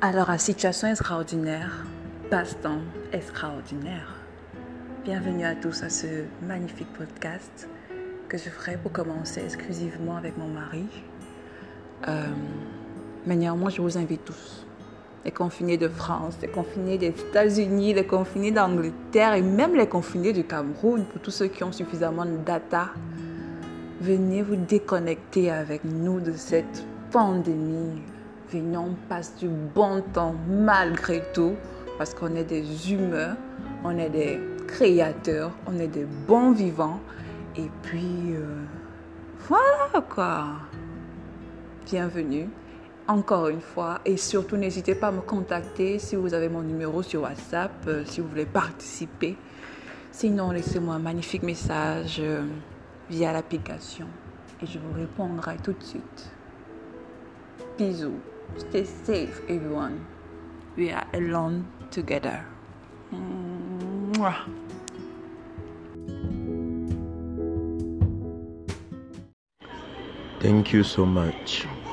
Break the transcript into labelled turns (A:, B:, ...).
A: Alors, à situation extraordinaire, passe-temps extraordinaire. Bienvenue à tous à ce magnifique podcast que je ferai pour commencer exclusivement avec mon mari. Mais néanmoins, je vous invite tous, les confinés de France, les confinés des États-Unis, les confinés d'Angleterre et même les confinés du Cameroun, pour tous ceux qui ont suffisamment de data, venez vous déconnecter avec nous de cette pandémie. Venez, on passe du bon temps malgré tout, parce qu'on est des humains, on est des créateurs, on est des bons vivants. Et puis, voilà quoi. Bienvenue encore une fois. Et surtout, n'hésitez pas à me contacter si vous avez mon numéro sur WhatsApp, si vous voulez participer. Sinon, laissez-moi un magnifique message via l'application et je vous répondrai tout de suite. Bisous. Stay safe, everyone. We are alone together.
B: Thank you so much.